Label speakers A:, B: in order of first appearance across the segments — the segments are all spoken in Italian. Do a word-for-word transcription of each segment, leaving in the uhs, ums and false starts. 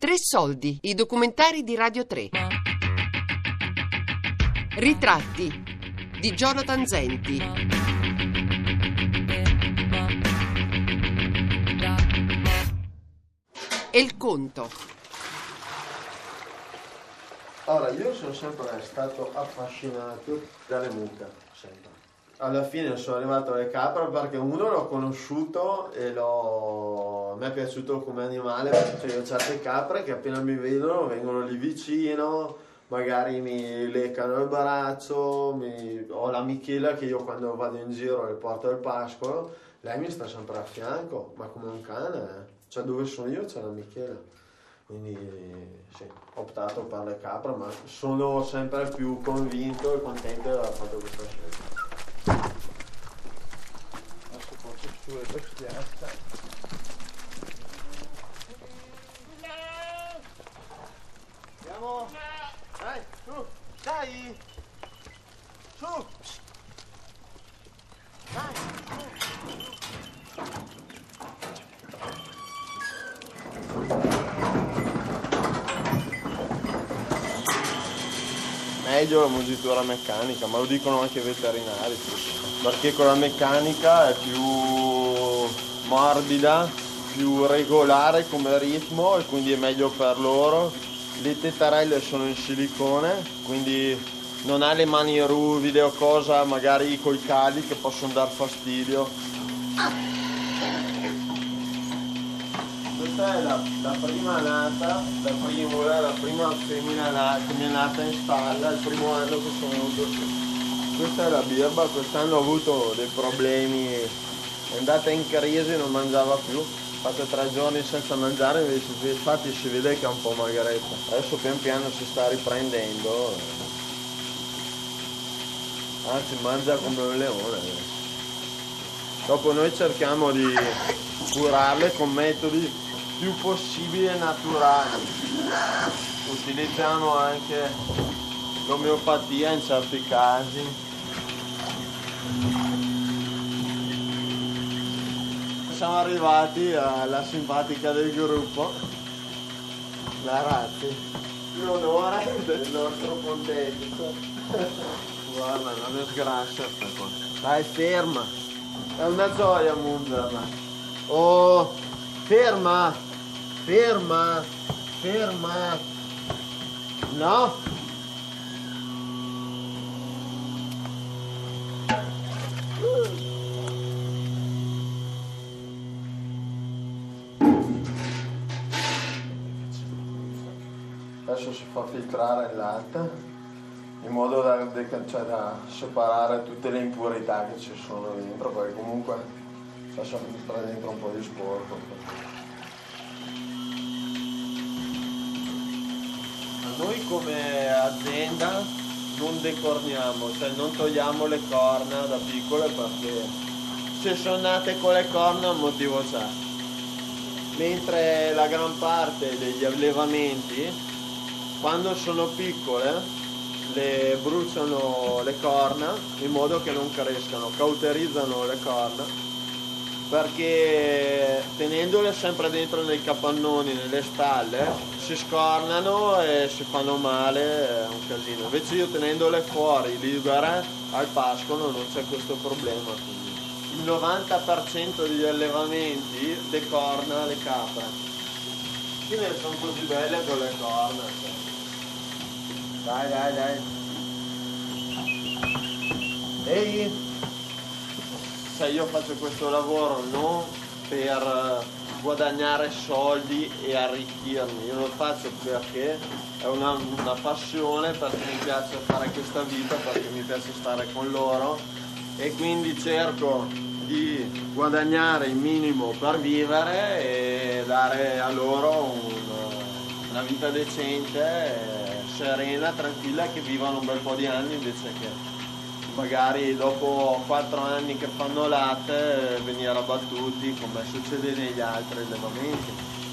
A: Tre soldi, i documentari di Radio tre. Ritratti di Jonathan Zenti. E il conto.
B: Allora, io sono sempre stato affascinato dalle mucche, sempre. Alla fine sono arrivato alle capre perché uno l'ho conosciuto e l'ho... mi è piaciuto come animale, perché ho certe capre che appena mi vedono vengono lì vicino, magari mi leccano il braccio, mi... ho la Michela che io quando vado in giro le porto al pascolo, lei mi sta sempre a fianco, ma come un cane, eh. Cioè dove sono io c'è la Michela. Quindi sì, ho optato per le capre, ma sono sempre più convinto e contento di aver fatto questa scelta.
C: Adesso faccio su e per schiaccia. Andiamo! Dai, su! Dai! Su! Dai, su!
B: Meglio la mungitura meccanica, ma lo dicono anche i veterinari, perché con la meccanica è più morbida, più regolare come ritmo e quindi è meglio per loro. Le tettarelle sono in silicone, quindi non ha le mani ruvide o cosa, magari coi cali che possono dar fastidio. Questa è la, la prima nata, la prima, la prima femmina nata, che mi è nata in stalla, il primo anno che sono venuto qui. Questa è la birba, quest'anno ho avuto dei problemi, è andata in crisi, non mangiava più, ho fatto tre giorni senza mangiare, infatti si vede che è un po' magretta. Adesso pian piano si sta riprendendo, anzi mangia come un leone. Dopo noi cerchiamo di curarle con metodi più possibile naturali. Utilizziamo anche l'omeopatia in certi casi. Siamo arrivati alla simpatica del gruppo, la Razzi, l'onore del nostro pontefice. Guarda, non è sgrassa sta qua. Dai, ferma! È una gioia mungerla. Oh, ferma! Ferma, ferma, no? Adesso si fa filtrare il latte in modo da, cioè, da separare tutte le impurità che ci sono dentro, perché comunque c'è sempre dentro un po' di sporco. Noi come azienda non decorniamo, cioè non togliamo le corna da piccole perché se sono nate con le corna un motivo c'è. Mentre la gran parte degli allevamenti, quando sono piccole, le bruciano le corna in modo che non crescano, cauterizzano le corna, perché tenendole sempre dentro nei capannoni, nelle stalle, si scornano e si fanno male, è un casino. Invece io tenendole fuori, libere, al pascolo non c'è questo problema. Quindi il novanta per cento degli allevamenti decorna le capre. Quindi sono così belle con le corna. Dai, dai, dai. Ehi! Se io faccio questo lavoro non per guadagnare soldi e arricchirmi, io lo faccio perché è una, una passione, perché mi piace fare questa vita, perché mi piace stare con loro e quindi cerco di guadagnare il minimo per vivere e dare a loro un, una vita decente, serena, tranquilla, che vivano un bel po' di anni invece che magari dopo quattro anni che fanno latte venire abbattuti come succede negli altri allevamenti.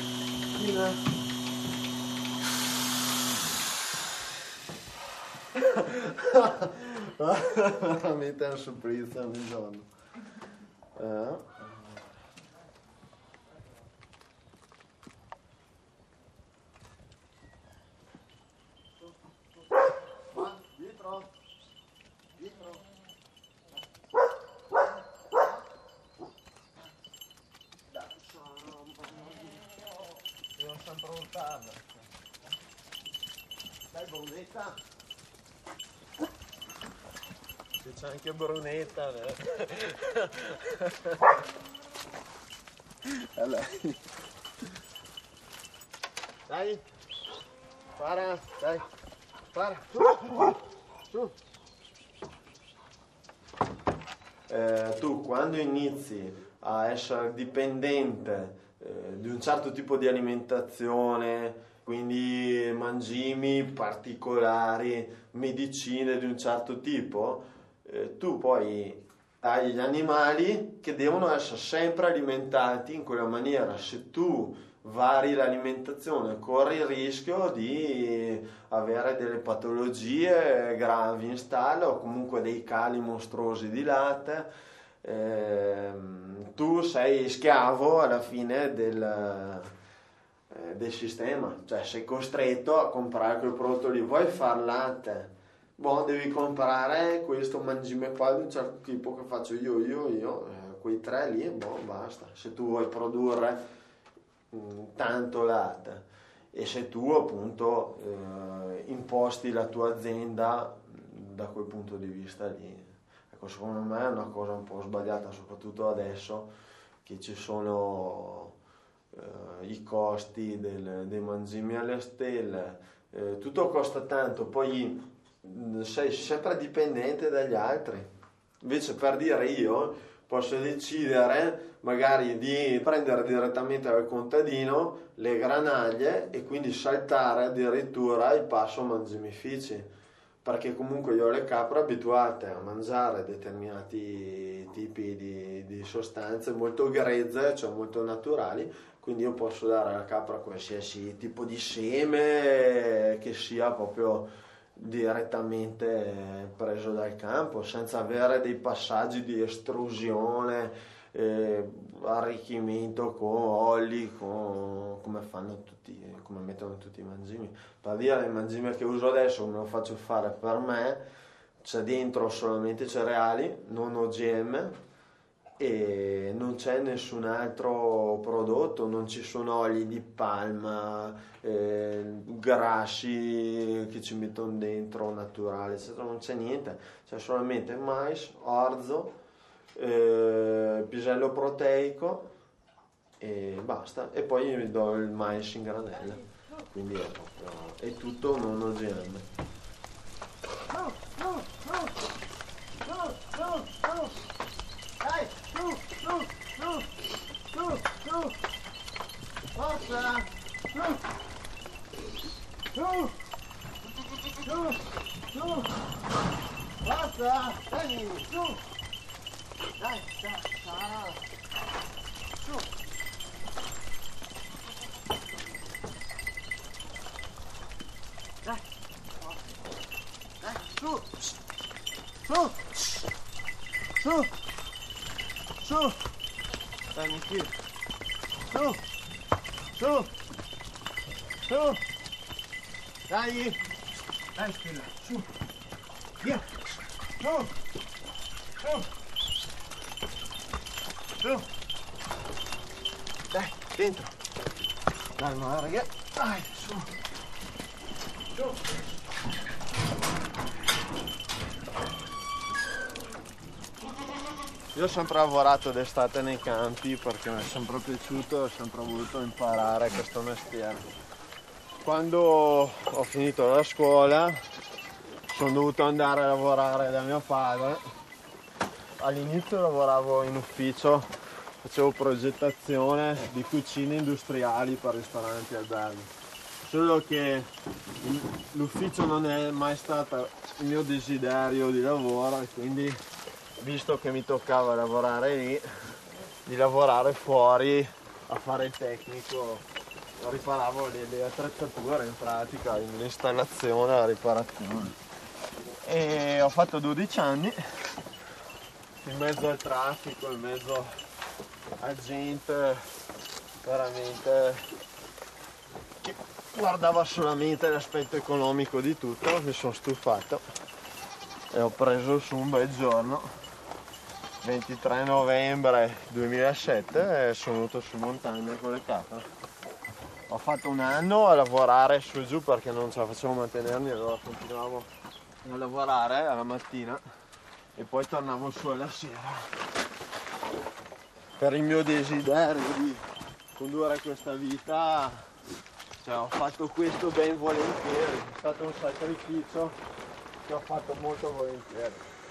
B: Veramente è una sorpresa ogni giorno. Eh?
C: dietro, dietro. Devo sempre urtarla. Dai Brunetta. C'è anche Brunetta. Allora. Dai. Para, dai. Para. Su. Su.
B: Eh, tu quando inizi a essere dipendente eh, di un certo tipo di alimentazione, quindi mangimi particolari, medicine di un certo tipo, eh, tu poi hai gli animali che devono essere sempre alimentati in quella maniera. Se tu vari l'alimentazione corri il rischio di avere delle patologie gravi in stalla o comunque dei cali mostruosi di latte. Eh, tu sei schiavo alla fine del, eh, del sistema, cioè sei costretto a comprare quel prodotto lì. Vuoi far latte? Boh, devi comprare questo mangime qua di un certo tipo che faccio io, io, io, eh, quei tre lì, boh, basta. Se tu vuoi produrre mh, tanto latte e se tu appunto eh, imposti la tua azienda da quel punto di vista lì, ecco, secondo me è una cosa un po' sbagliata, soprattutto adesso che ci sono eh, i costi del, dei mangimi alle stelle, eh, tutto costa tanto, poi sei sempre dipendente dagli altri. Invece, per dire, io posso decidere magari di prendere direttamente dal contadino le granaglie e quindi saltare addirittura il passo mangimifici, perché comunque io ho le capre abituate a mangiare determinati tipi di, di sostanze molto grezze, cioè molto naturali, quindi io posso dare alla capra qualsiasi tipo di seme che sia proprio direttamente preso dal campo, senza avere dei passaggi di estrusione, eh, arricchimento con oli, con, come fanno tutti, come mettono tutti i mangimi. Per dire, il mangime che uso adesso, come lo faccio fare per me, c'è dentro solamente cereali, non O G M, e non c'è nessun altro prodotto, non ci sono oli di palma, eh, grassi che ci mettono dentro naturali, eccetera, non c'è niente, c'è solamente mais, orzo, eh, pisello proteico e basta, e poi vi do il mais in granella, quindi è, proprio, è tutto non O G M.
C: No, no, no, no, no, no. Dai, su, su, su, su, su, forza, su, su, su, su, forza, dai, su, dai, dai, Sara, su, dai, dai, su, su, su. Su, dai Michi, su, su, su, dai, dai Stella, su, via, su, su, su, dai, dentro, dai ma ragazzi, dai, su, su. Io ho sempre lavorato d'estate nei campi perché mi è sempre piaciuto, ho sempre voluto imparare questo mestiere. Quando ho finito la scuola sono dovuto andare a lavorare da mio padre. All'inizio lavoravo in ufficio, facevo progettazione di cucine industriali per ristoranti e alberghi. Solo che l'ufficio non è mai stato il mio desiderio di lavoro e quindi, visto che mi toccava lavorare lì, di lavorare fuori a fare il tecnico, riparavo le, le attrezzature in pratica, l'installazione, la riparazione. E ho fatto dodici anni in mezzo al traffico, in mezzo a gente veramente che guardava solamente l'aspetto economico di tutto. Mi sono stufato e ho preso su un bel giorno, ventitré novembre duemilasette, e sono venuto su montagna con le capre. Ho fatto un anno a lavorare su e giù perché non ce la facevo mantenermi, allora continuavo a lavorare alla mattina e poi tornavo su alla sera. Per il mio desiderio di condurre questa vita, cioè, ho fatto questo ben volentieri, è stato un sacrificio che ho fatto molto volentieri.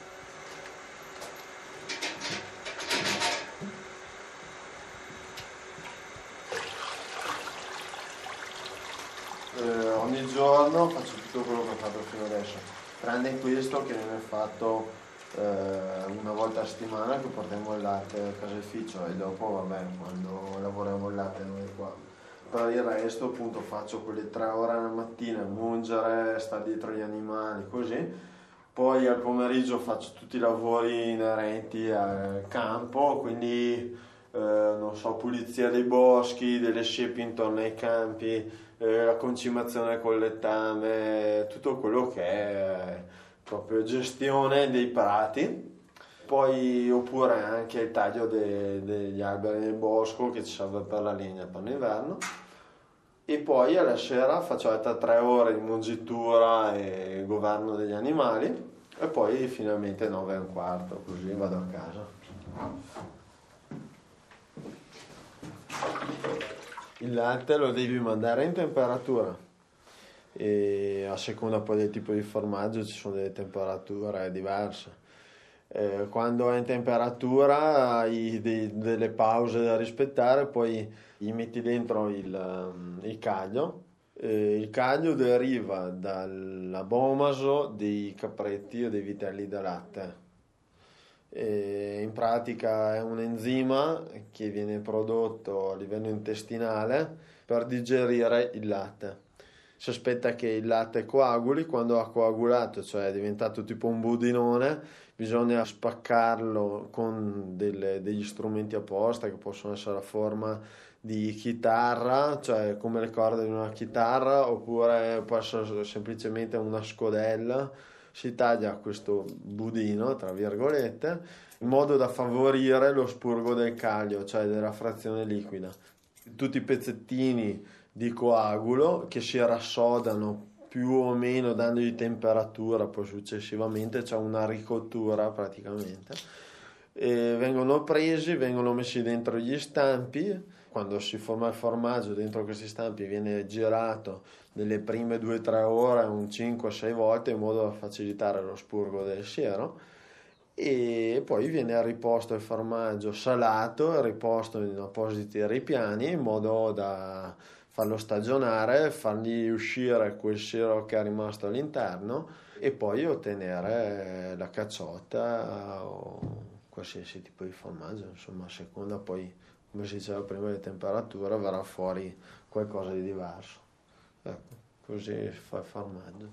C: Eh, ogni giorno faccio tutto quello che ho fatto fino adesso, tranne questo che viene fatto eh, una volta a settimana, che portiamo il latte al caseificio, e dopo vabbè, quando lavoriamo il latte noi qua. Per il resto appunto faccio quelle tre ore alla mattina, mungere, stare dietro gli animali, così. Poi al pomeriggio faccio tutti i lavori inerenti al campo, quindi eh, non so, pulizia dei boschi, delle siepi intorno ai campi, eh, la concimazione col lettame, tutto quello che è proprio gestione dei prati. Poi oppure anche il taglio de, degli alberi nel bosco, che ci serve per la legna per l'inverno. E poi alla sera faccio altre tre ore di mungitura e governo degli animali, e poi finalmente nove e un quarto, così vado a casa. Il latte lo devi mandare in temperatura, e a seconda poi del tipo di formaggio ci sono delle temperature diverse. Eh, quando è in temperatura hai dei, delle pause da rispettare, poi gli metti dentro il, il caglio. Eh, il caglio deriva dall'abomaso dei capretti o dei vitelli da latte. Eh, in pratica è un enzima che viene prodotto a livello intestinale per digerire il latte. Si aspetta che il latte coaguli. Quando ha coagulato, cioè è diventato tipo un budinone, bisogna spaccarlo con delle, degli strumenti apposta, che possono essere la forma di chitarra, cioè come le corde di una chitarra, oppure può essere semplicemente una scodella. Si taglia questo budino, tra virgolette, in modo da favorire lo spurgo del caglio, cioè della frazione liquida. Tutti i pezzettini di coagulo che si rassodano più o meno dandogli temperatura, poi successivamente c'è una ricottura praticamente, e vengono presi, vengono messi dentro gli stampi. Quando si forma il formaggio dentro questi stampi viene girato nelle prime due tre ore un cinque sei volte, in modo da facilitare lo spurgo del siero, e poi viene riposto il formaggio salato, riposto in appositi ripiani, in modo da farlo stagionare, fargli uscire quel siero che è rimasto all'interno, e poi ottenere la cacciotta o qualsiasi tipo di formaggio. Insomma, a seconda poi, come si diceva prima, di temperatura verrà fuori qualcosa di diverso. Ecco, così si fa il formaggio.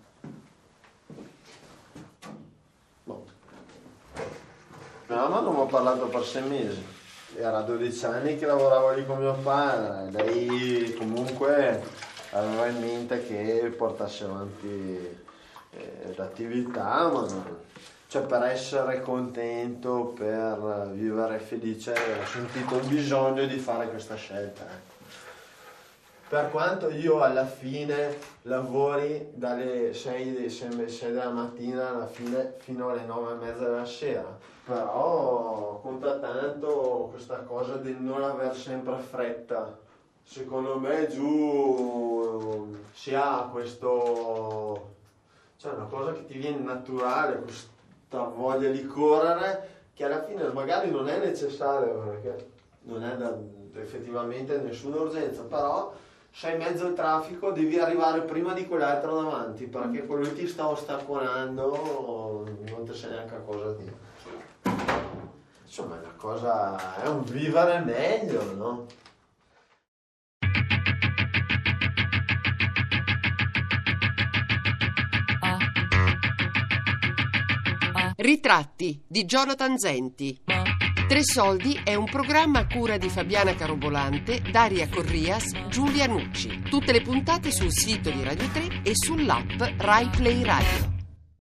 C: Boh. Mia mamma non mi ha parlato per sei mesi. Era dodici anni che lavoravo lì con mio padre. Lei comunque aveva in mente che portassi avanti eh, l'attività, ma non, cioè per essere contento, per vivere felice, ho sentito il bisogno di fare questa scelta. Per quanto io alla fine lavori dalle sei, sei della mattina alla fine fino alle nove e mezza della sera, però conta tanto questa cosa del non aver sempre fretta. Secondo me giù si ha questo, cioè una cosa che ti viene naturale, questa voglia di correre, che alla fine magari non è necessario, perché non è da, effettivamente nessuna urgenza, però sei in mezzo al traffico, devi arrivare prima di quell'altro davanti, perché quello ti sta ostacolando, non ti sai neanche a cosa dire. Insomma, è una cosa, è un vivere meglio, no?
A: Ritratti di Jonathan Zenti. Tre soldi è un programma a cura di Fabiana Carobolante, Daria Corrias, Giulia Nucci. Tutte le puntate sul sito di Radio tre e sull'app Rai Play Radio.